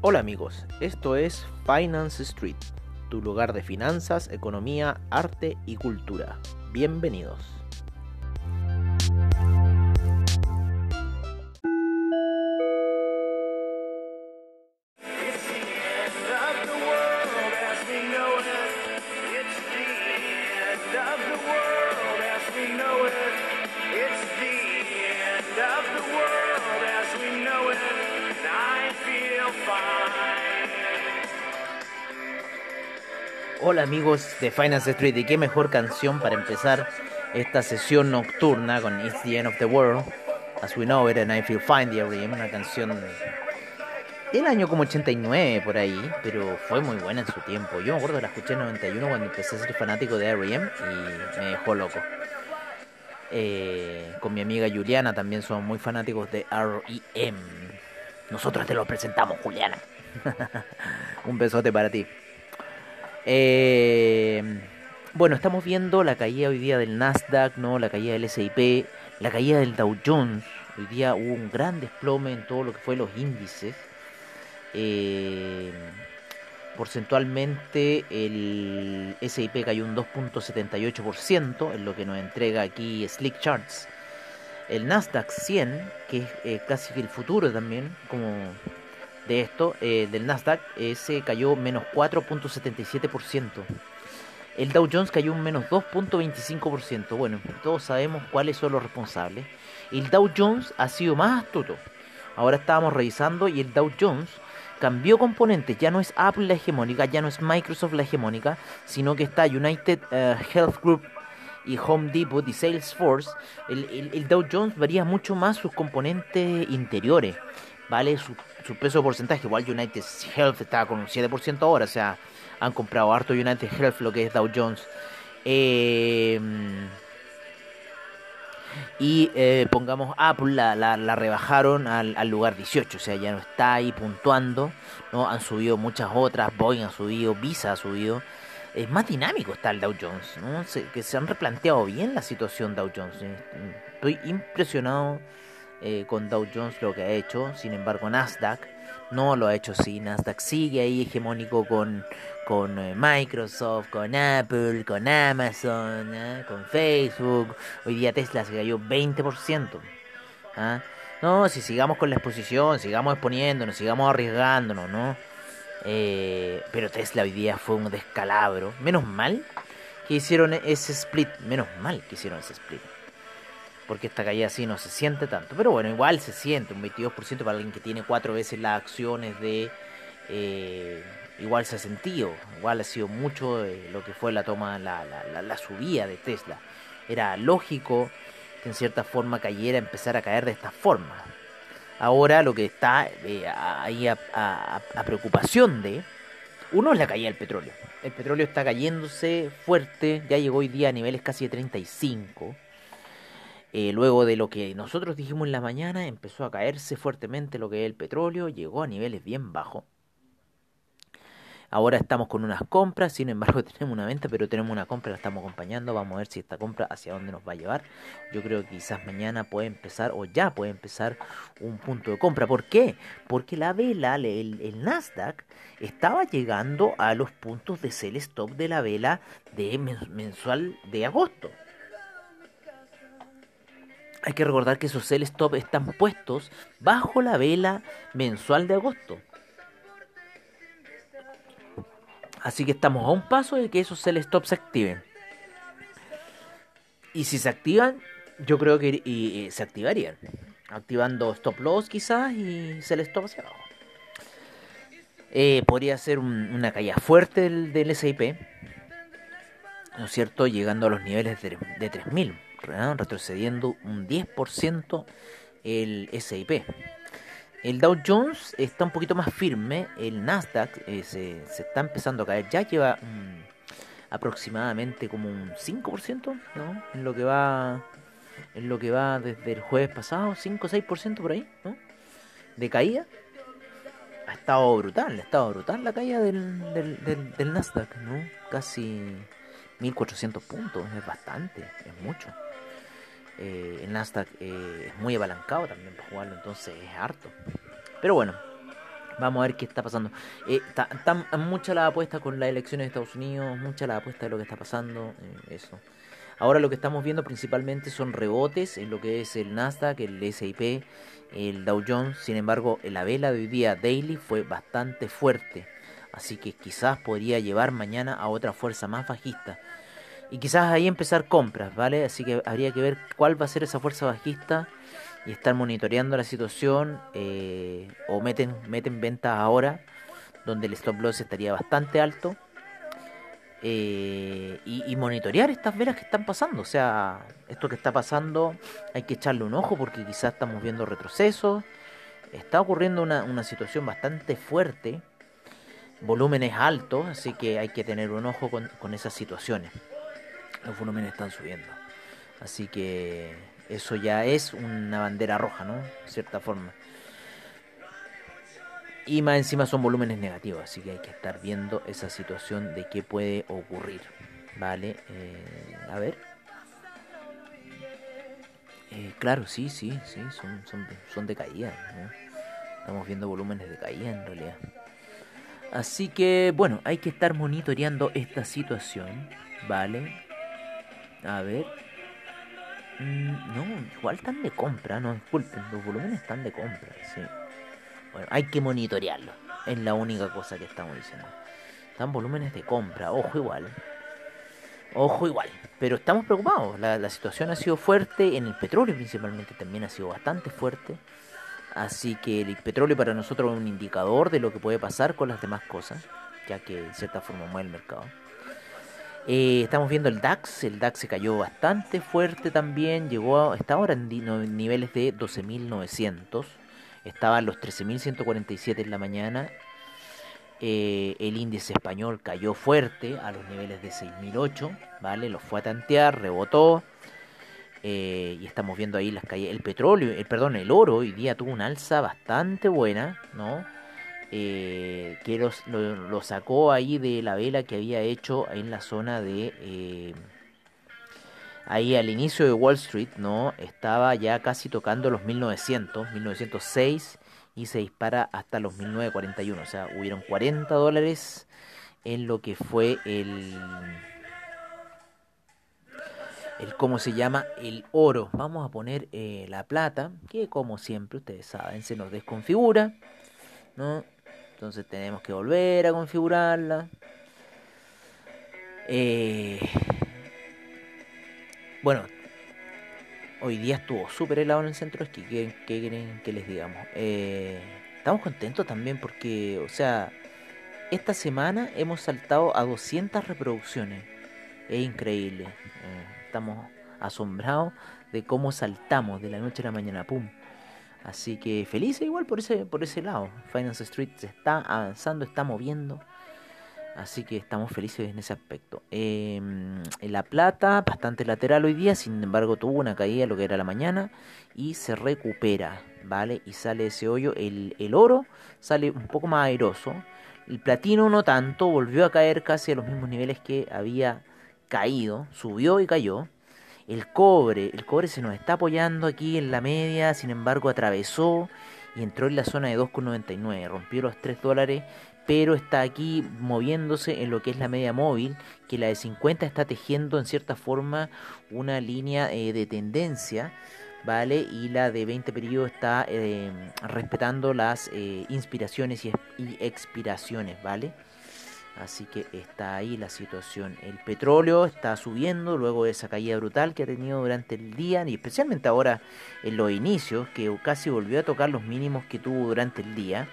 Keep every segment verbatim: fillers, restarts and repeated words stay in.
Hola amigos, esto es Finance Street, tu lugar de finanzas, economía, arte y cultura. Bienvenidos. Hola amigos de Finance Street, y qué mejor canción para empezar esta sesión nocturna con It's the End of the World, As We Know It and I Feel Fine de R E M, una canción del año como ochenta y nueve por ahí, pero fue muy buena en su tiempo. Yo me acuerdo que la escuché en noventa y uno cuando empecé a ser fanático de R E M y me dejó loco. Eh, con mi amiga Juliana también somos muy fanáticos de R E M. Nosotros te lo presentamos, Juliana. Un besote para ti. Eh, bueno, estamos viendo la caída hoy día del Nasdaq, ¿no? La caída del S and P, la caída del Dow Jones. Hoy día hubo un gran desplome en todo lo que fue los índices. Eh, porcentualmente el S and P cayó un dos punto setenta y ocho por ciento, en lo que nos entrega aquí Slick Charts. El Nasdaq cien, que es eh, casi que el futuro también, como de esto, eh, del Nasdaq, ese cayó menos cuatro punto setenta y siete por ciento. El Dow Jones cayó un menos dos punto veinticinco por ciento. Bueno, todos sabemos cuáles son los responsables. El Dow Jones ha sido más astuto. Ahora estábamos revisando y el Dow Jones cambió componentes. Ya no es Apple la hegemónica, ya no es Microsoft la hegemónica, sino que está United uh, Health Group y Home Depot y Salesforce. El, el, el Dow Jones varía mucho más sus componentes interiores, ¿vale? Su, su peso de porcentaje. Igual United Health está con un siete por ciento ahora, o sea, han comprado harto United Health, lo que es Dow Jones. Eh, y eh, pongamos Apple, la, la, la rebajaron al, al lugar dieciocho, o sea, ya no está ahí puntuando, ¿no? Han subido muchas otras, Boeing ha subido, Visa ha subido. Es más dinámico está el Dow Jones, ¿no? Se, que se han replanteado bien la situación Dow Jones. ¿eh? Estoy impresionado eh, con Dow Jones lo que ha hecho. Sin embargo, Nasdaq no lo ha hecho así. Nasdaq sigue ahí hegemónico con, con eh, Microsoft, con Apple, con Amazon, ¿eh? Con Facebook. Hoy día Tesla se cayó veinte por ciento. ¿Ah? No, si sigamos con la exposición, sigamos exponiéndonos, sigamos arriesgándonos, ¿no? Eh, pero Tesla hoy día fue un descalabro. Menos mal que hicieron ese split. Menos mal que hicieron ese split. Porque esta caída así no se siente tanto. Pero bueno, igual se siente. Un veintidós por ciento para alguien que tiene cuatro veces las acciones de... Eh, igual se ha sentido. Igual ha sido mucho eh, lo que fue la toma, la, la, la, la subida de Tesla. Era lógico que en cierta forma cayera, empezar a caer de esta forma. Ahora lo que está eh, ahí a, a, a preocupación de... Uno es la caída del petróleo. El petróleo está cayéndose fuerte. Ya llegó hoy día a niveles casi de treinta y cinco. Eh, luego de lo que nosotros dijimos en la mañana, empezó a caerse fuertemente lo que es el petróleo, llegó a niveles bien bajos. Ahora estamos con unas compras, sin embargo tenemos una venta, pero tenemos una compra, la estamos acompañando. Vamos a ver si esta compra hacia dónde nos va a llevar. Yo creo que quizás mañana puede empezar, o ya puede empezar, un punto de compra. ¿Por qué? Porque la vela, el, el Nasdaq, estaba llegando a los puntos de sell stop de la vela de mensual de agosto. Hay que recordar que esos sell stop están puestos bajo la vela mensual de agosto. Así que estamos a un paso de que esos sell stop se activen. Y si se activan, yo creo que y, y se activarían. Activando stop loss quizás y sell stop hacia abajo. Eh, podría ser un, una caída fuerte del, del S and P, ¿no es cierto? Llegando a los niveles de, de tres mil, ¿no? Retrocediendo un diez por ciento el S and P. El Dow Jones está un poquito más firme. El Nasdaq eh, se, se está empezando a caer. Ya lleva um, aproximadamente como un cinco por ciento, ¿no? En lo que va en lo que va desde el jueves pasado, cinco o seis por ciento por ahí, ¿no? De caída. Ha estado brutal, ha estado brutal la caída del, del, del, del Nasdaq, ¿no? Casi mil cuatrocientos puntos, es bastante, es mucho. Eh, el Nasdaq eh, es muy apalancado también para jugarlo, entonces es harto. Pero bueno, Vamos a ver qué está pasando. Eh, ta- tan- mucha la apuesta con las elecciones de Estados Unidos, mucha la apuesta de lo que está pasando, eh, eso. Ahora lo que estamos viendo principalmente son rebotes en lo que es el Nasdaq, el S y P, el Dow Jones. Sin embargo, la vela de hoy día daily fue bastante fuerte. Así que quizás podría llevar mañana a otra fuerza más bajista. Y quizás ahí empezar compras, ¿vale? Así que habría que ver cuál va a ser esa fuerza bajista y estar monitoreando la situación. Eh, o meten, meten ventas ahora, donde el stop loss estaría bastante alto. Eh, y, y monitorear estas velas que están pasando. O sea, esto que está pasando hay que echarle un ojo porque quizás estamos viendo retrocesos. Está ocurriendo una, una situación bastante fuerte, volúmenes altos, así que hay que tener un ojo con, con esas situaciones. Los volúmenes están subiendo. Así que eso ya es una bandera roja, ¿no? De cierta forma. Y más encima son volúmenes negativos, así que hay que estar viendo esa situación de qué puede ocurrir. Vale, eh, a ver. Eh, claro, sí, sí, sí, son, son, son de caída, ¿no? Estamos viendo volúmenes de caída en realidad. Así que, bueno, hay que estar monitoreando esta situación, ¿vale? A ver. Mm, no, igual están de compra, no, disculpen, los volúmenes están de compra, sí. Bueno, hay que monitorearlo, es la única cosa que estamos diciendo. Están volúmenes de compra, ojo igual. Ojo igual, pero estamos preocupados. La, la situación ha sido fuerte, en el petróleo principalmente también ha sido bastante fuerte. Así que el petróleo para nosotros es un indicador de lo que puede pasar con las demás cosas, ya que de cierta forma mueve el mercado. Eh, estamos viendo el DAX, el DAX se cayó bastante fuerte también, llegó a, está ahora en di- no- niveles de doce mil novecientos, estaba en los trece mil ciento cuarenta y siete en la mañana. Eh, el índice español cayó fuerte a los niveles de seis mil ocho, ¿vale? Lo fue a tantear, rebotó. Eh, y estamos viendo ahí las calles. El petróleo, el, perdón, el oro hoy día tuvo una alza bastante buena, ¿no? Eh, que los- lo, lo sacó ahí de la vela que había hecho en la zona de... eh, ahí al inicio de Wall Street, ¿no? Estaba ya casi tocando los mil novecientos, mil novecientos seis y se dispara hasta los mil novecientos cuarenta y uno. O sea, hubieron cuarenta dólares en lo que fue el, el ¿cómo se llama? El oro. Vamos a poner eh, la plata, que como siempre ustedes saben se nos desconfigura, ¿no? Entonces tenemos que volver a configurarla. Eh, bueno, hoy día estuvo súper helado en el centro esquí. ¿Qué, qué quieren que les digamos? Eh, estamos contentos también porque, o sea, esta semana hemos saltado a doscientas reproducciones. Es increíble. Eh, estamos asombrados de cómo saltamos de la noche a la mañana. ¡Pum! Así que felices igual por ese, por ese lado. Finance Street se está avanzando, está moviendo. Así que estamos felices en ese aspecto. Eh, en La Plata, bastante lateral hoy día, sin embargo tuvo una caída lo que era la mañana y se recupera, ¿vale? Y sale ese hoyo. El, el oro sale un poco más airoso. El platino no tanto, volvió a caer casi a los mismos niveles que había caído, subió y cayó. El cobre, el cobre se nos está apoyando aquí en la media, sin embargo atravesó y entró en la zona de dos con noventa y nueve, rompió los tres dólares, pero está aquí moviéndose en lo que es la media móvil, que la de cincuenta está tejiendo en cierta forma una línea eh, de tendencia, ¿vale? Y la de veinte periodos está eh, respetando las eh, inspiraciones y, y expiraciones, ¿vale? Así que está ahí la situación. El petróleo está subiendo luego de esa caída brutal que ha tenido durante el día y especialmente ahora en los inicios, que casi volvió a tocar los mínimos que tuvo durante el día.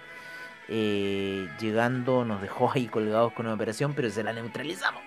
Eh, llegando, nos dejó ahí colgados con una operación, pero se la neutralizamos.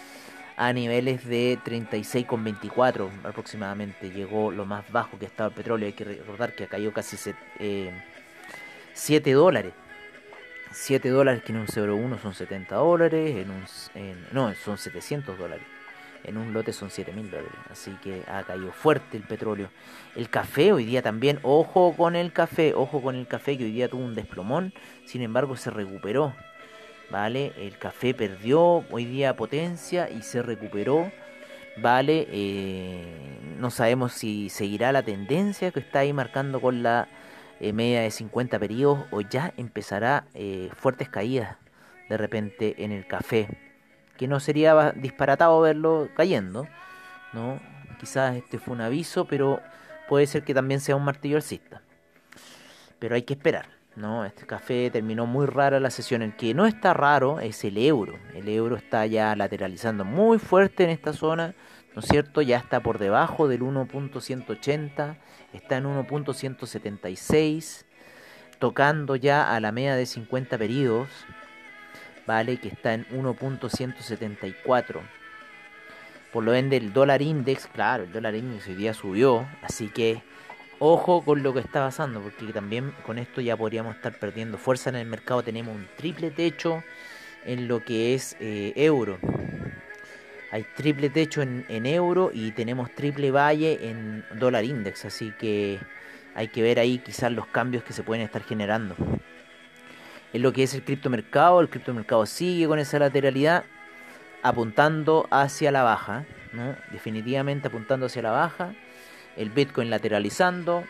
A niveles de treinta y seis con veinticuatro aproximadamente llegó lo más bajo que estaba el petróleo. Hay que recordar que ha caído casi eh, siete dólares. siete dólares que en un cero uno son setenta dólares, en un, en, no, son setecientos dólares. En un lote son siete mil dólares. Así que ha caído fuerte el petróleo. El café hoy día también, ojo con el café, ojo con el café que hoy día tuvo un desplomón. Sin embargo se recuperó. ¿Vale? El café perdió hoy día potencia y se recuperó. ¿Vale? Eh, no sabemos si seguirá la tendencia que está ahí marcando con la eh, media de cincuenta periodos, o ya empezará eh, fuertes caídas de repente en el café, que no sería disparatado verlo cayendo, ¿no? Quizás este fue un aviso, pero puede ser que también sea un martillo alcista. Pero hay que esperar, ¿no? Este café terminó muy rara la sesión. El que no está raro es el euro. El euro está ya lateralizando muy fuerte en esta zona, ¿no es cierto? Ya está por debajo del uno punto ciento ochenta, está en uno punto ciento setenta y seis, tocando ya a la media de cincuenta periodos, ¿vale? Que está en uno punto ciento setenta y cuatro. Por lo ende, el dólar index, claro, el dólar index hoy día subió, así que ojo con lo que está pasando, porque también con esto ya podríamos estar perdiendo fuerza en el mercado. Tenemos un triple techo en lo que es eh, euro. Hay triple techo en, en euro y tenemos triple valle en dólar index, así que hay que ver ahí quizás los cambios que se pueden estar generando. En lo que es el criptomercado, el criptomercado sigue con esa lateralidad, apuntando hacia la baja, ¿no? Definitivamente apuntando hacia la baja. El Bitcoin lateralizando,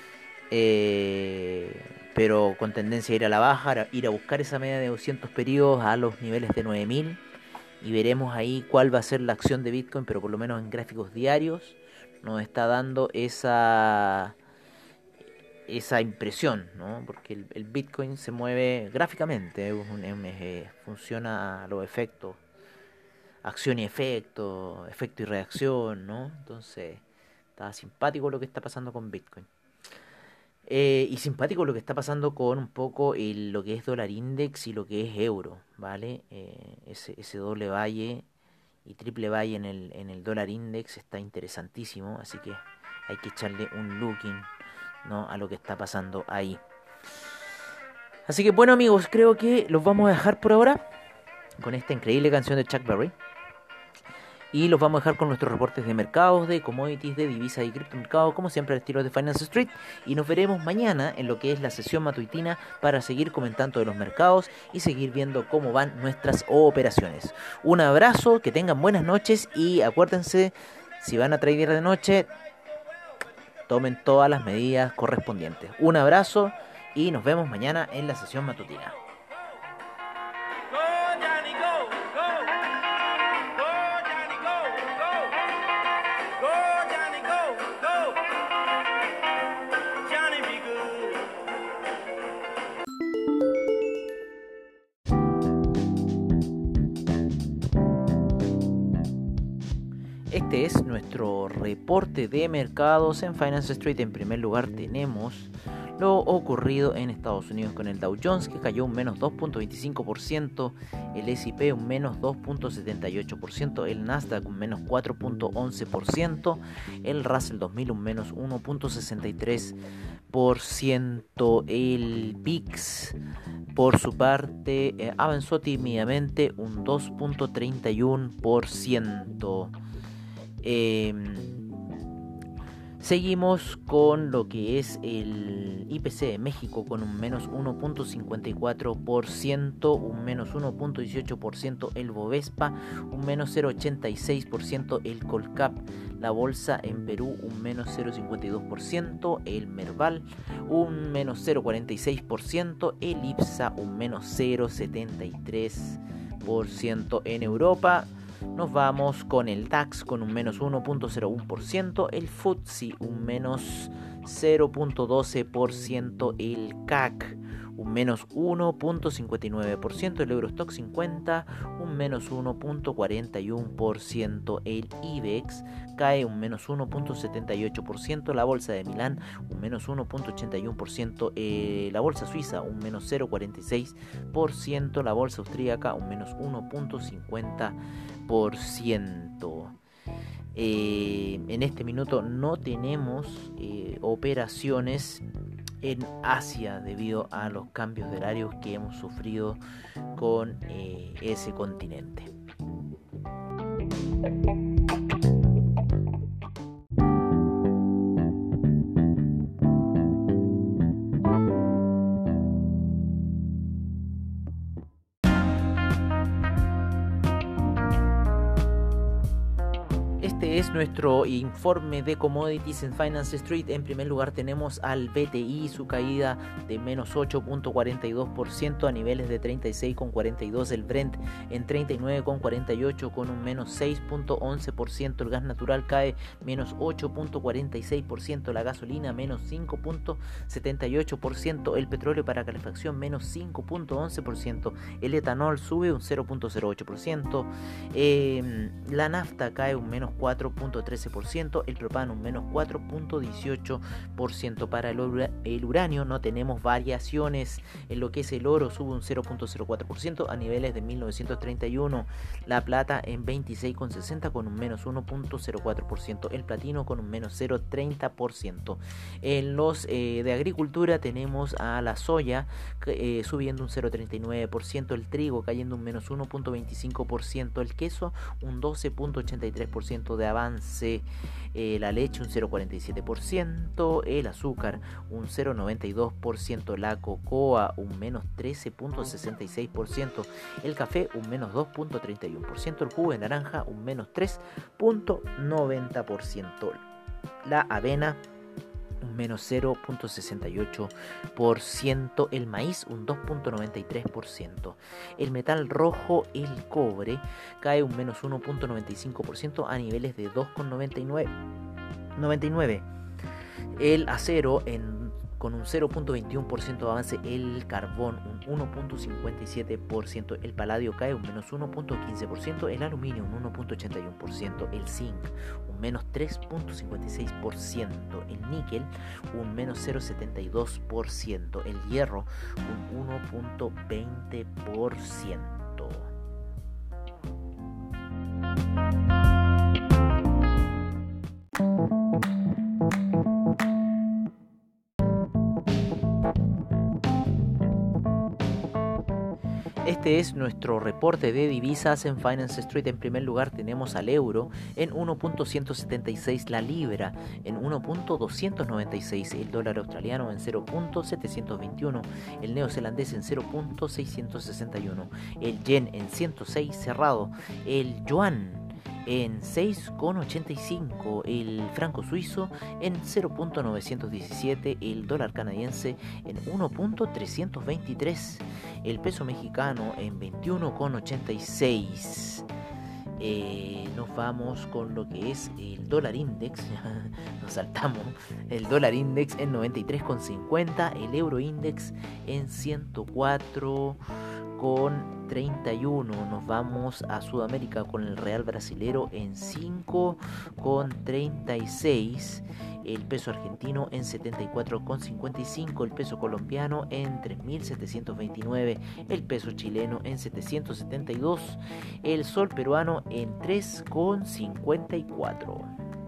eh, pero con tendencia a ir a la baja, ir a buscar esa media de doscientos periodos a los niveles de nueve mil, y veremos ahí cuál va a ser la acción de Bitcoin, pero por lo menos en gráficos diarios nos está dando esa esa impresión, ¿no? Porque el, el Bitcoin se mueve gráficamente, es un, es un, eh, funciona a los efectos, acción y efecto, efecto y reacción, ¿no? Entonces está simpático lo que está pasando con Bitcoin. Eh, y simpático lo que está pasando con un poco el, lo que es dólar index y lo que es euro, ¿vale? Eh, ese, ese doble valle y triple valle en el, en el dólar index está interesantísimo, así que hay que echarle un looking, ¿no? A lo que está pasando ahí. Así que bueno, amigos, creo que los vamos a dejar por ahora con esta increíble canción de Chuck Berry. Y los vamos a dejar con nuestros reportes de mercados, de commodities, de divisas y criptomercados, como siempre al estilo de Finance Street. Y nos veremos mañana en lo que es la sesión matutina para seguir comentando de los mercados y seguir viendo cómo van nuestras operaciones. Un abrazo, que tengan buenas noches y acuérdense, si van a tradear de noche, tomen todas las medidas correspondientes. Un abrazo y nos vemos mañana en la sesión matutina. Este es nuestro reporte de mercados en Finance Street. En primer lugar tenemos lo ocurrido en Estados Unidos con el Dow Jones, que cayó un menos dos punto veinticinco por ciento, el S and P un menos dos punto setenta y ocho por ciento, el Nasdaq un menos cuatro punto once por ciento, el Russell dos mil un menos uno punto sesenta y tres por ciento, el V I X por su parte eh, avanzó tímidamente un dos punto treinta y uno por ciento. Eh, seguimos con lo que es el I P C de México con un menos uno punto cincuenta y cuatro por ciento, un menos uno punto dieciocho por ciento el Bovespa, un menos cero punto ochenta y seis por ciento el Colcap, la bolsa en Perú un menos cero punto cincuenta y dos por ciento, el Merval un menos cero punto cuarenta y seis por ciento, el IPSA un menos cero punto setenta y tres por ciento. En Europa nos vamos con el DAX con un menos uno punto cero uno por ciento, el F T S E un menos cero punto doce por ciento, el C A C un menos uno punto cincuenta y nueve por ciento, el Eurostock cincuenta un menos uno punto cuarenta y uno por ciento, el IBEX cae un menos uno punto setenta y ocho por ciento, la bolsa de Milán un menos uno punto ochenta y uno por ciento, eh, la bolsa suiza un menos cero punto cuarenta y seis por ciento, la bolsa austríaca un menos uno punto cincuenta por ciento. Eh, en este minuto no tenemos eh, operaciones en Asia debido a los cambios de horarios que hemos sufrido con eh, ese continente. Este es es nuestro informe de commodities en Finance Street. En primer lugar tenemos al B T I, su caída de menos ocho punto cuarenta y dos por ciento a niveles de treinta y seis punto cuarenta y dos, el Brent en treinta y nueve punto cuarenta y ocho con un menos seis punto once por ciento, el gas natural cae menos ocho punto cuarenta y seis por ciento, la gasolina menos cinco punto setenta y ocho por ciento, el petróleo para calefacción menos cinco punto once por ciento, el etanol sube un cero punto cero ocho por ciento, eh, la nafta cae un menos cuatro punto trece por ciento, el propano un menos cuatro punto dieciocho por ciento. Para el, ura- el uranio no tenemos variaciones. En lo que es el oro sube un cero punto cero cuatro por ciento a niveles de mil novecientos treinta y uno, la plata en veintiséis punto sesenta con un menos uno punto cero cuatro por ciento, el platino con un menos cero punto treinta por ciento. En los eh, de agricultura tenemos a la soya eh, subiendo un cero punto treinta y nueve por ciento, el trigo cayendo un menos uno punto veinticinco por ciento, el queso un doce punto ochenta y tres por ciento de avance, eh, la leche un cero punto cuarenta y siete por ciento, el azúcar un cero punto noventa y dos por ciento, la cocoa un menos trece punto sesenta y seis por ciento, el café un menos dos punto treinta y uno por ciento, el jugo de naranja un menos tres punto noventa por ciento, la avena un menos cero punto sesenta y ocho por ciento, el maíz un dos punto noventa y tres por ciento, el metal rojo, el cobre, cae un menos uno punto noventa y cinco por ciento a niveles de dos punto noventa y nueve, el acero en con un cero punto veintiuno por ciento de avance, el carbón un uno punto cincuenta y siete por ciento, el paladio cae un menos uno punto quince por ciento, el aluminio un uno punto ochenta y uno por ciento, el zinc un menos tres punto cincuenta y seis por ciento, el níquel un menos cero punto setenta y dos por ciento, el hierro un uno punto veinte por ciento. Este es nuestro reporte de divisas en Finance Street. En primer lugar tenemos al euro en uno punto ciento setenta y seis, la libra en uno punto doscientos noventa y seis, el dólar australiano en cero punto setecientos veintiuno, el neozelandés en cero punto seiscientos sesenta y uno, el yen en ciento seis cerrado, el yuan en seis punto ochenta y cinco, el franco suizo en cero punto novecientos diecisiete, el dólar canadiense en uno punto trescientos veintitrés, el peso mexicano en veintiuno punto ochenta y seis. Eh, nos vamos con lo que es el dólar index, nos saltamos, el dólar index en noventa y tres punto cincuenta, el euro index en ciento cuatro con treinta y uno, nos vamos a Sudamérica con el real brasilero en cinco con treinta y seis, el peso argentino en setenta y cuatro con cincuenta y cinco, el peso colombiano en tres mil setecientos veintinueve, el peso chileno en setecientos setenta y dos, el sol peruano en tres con cincuenta y cuatro.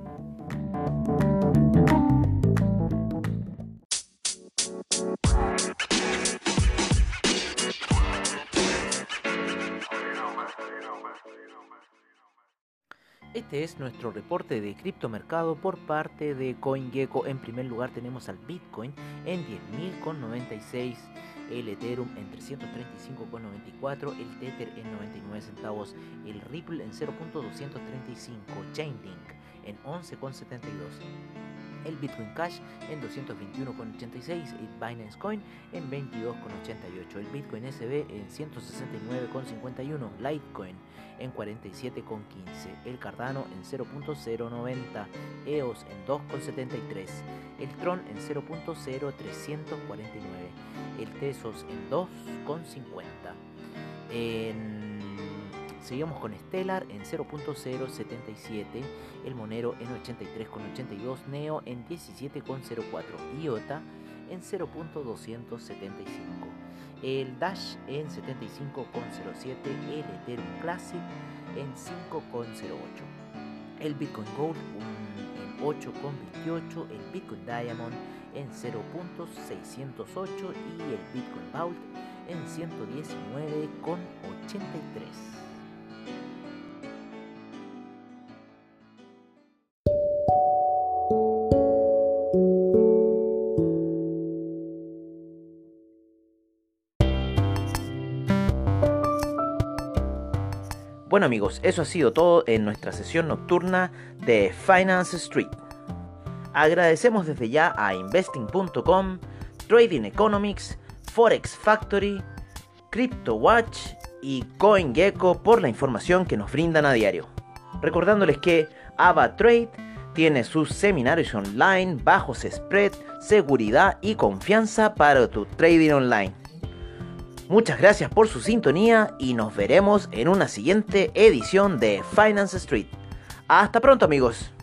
Este es nuestro reporte de criptomercado por parte de CoinGecko. En primer lugar tenemos al Bitcoin en diez mil noventa y seis, el Ethereum en trescientos treinta y cinco con noventa y cuatro, el Tether en noventa y nueve centavos, el Ripple en cero punto doscientos treinta y cinco, Chainlink en once con setenta y dos, el Bitcoin Cash en doscientos veintiuno con ochenta y seis, el Binance Coin en veintidós con ochenta y ocho, el Bitcoin S B en ciento sesenta y nueve con cincuenta y uno, Litecoin en cuarenta y siete con quince, el Cardano en cero punto cero noventa, E O S en dos con setenta y tres, el Tron en cero punto cero trescientos cuarenta y nueve, el Tesos en dos con cincuenta. En... Seguimos con Stellar en cero punto cero setenta y siete, el Monero en ochenta y tres con ochenta y dos, Neo en diecisiete con cero cuatro, I O T A en cero punto doscientos setenta y cinco, el Dash en setenta y cinco con cero siete, el Ethereum Classic en cinco con cero ocho, el Bitcoin Gold en ocho con veintiocho, el Bitcoin Diamond en cero punto seiscientos ocho y el Bitcoin Vault en ciento diecinueve con ochenta y tres. Bueno amigos, eso ha sido todo en nuestra sesión nocturna de Finance Street. Agradecemos desde ya a investing punto com, Trading Economics, Forex Factory, CryptoWatch y CoinGecko por la información que nos brindan a diario. Recordándoles que AvaTrade tiene sus seminarios online, bajos spread, seguridad y confianza para tu trading online. Muchas gracias por su sintonía y nos veremos en una siguiente edición de Finance Street. Hasta pronto amigos.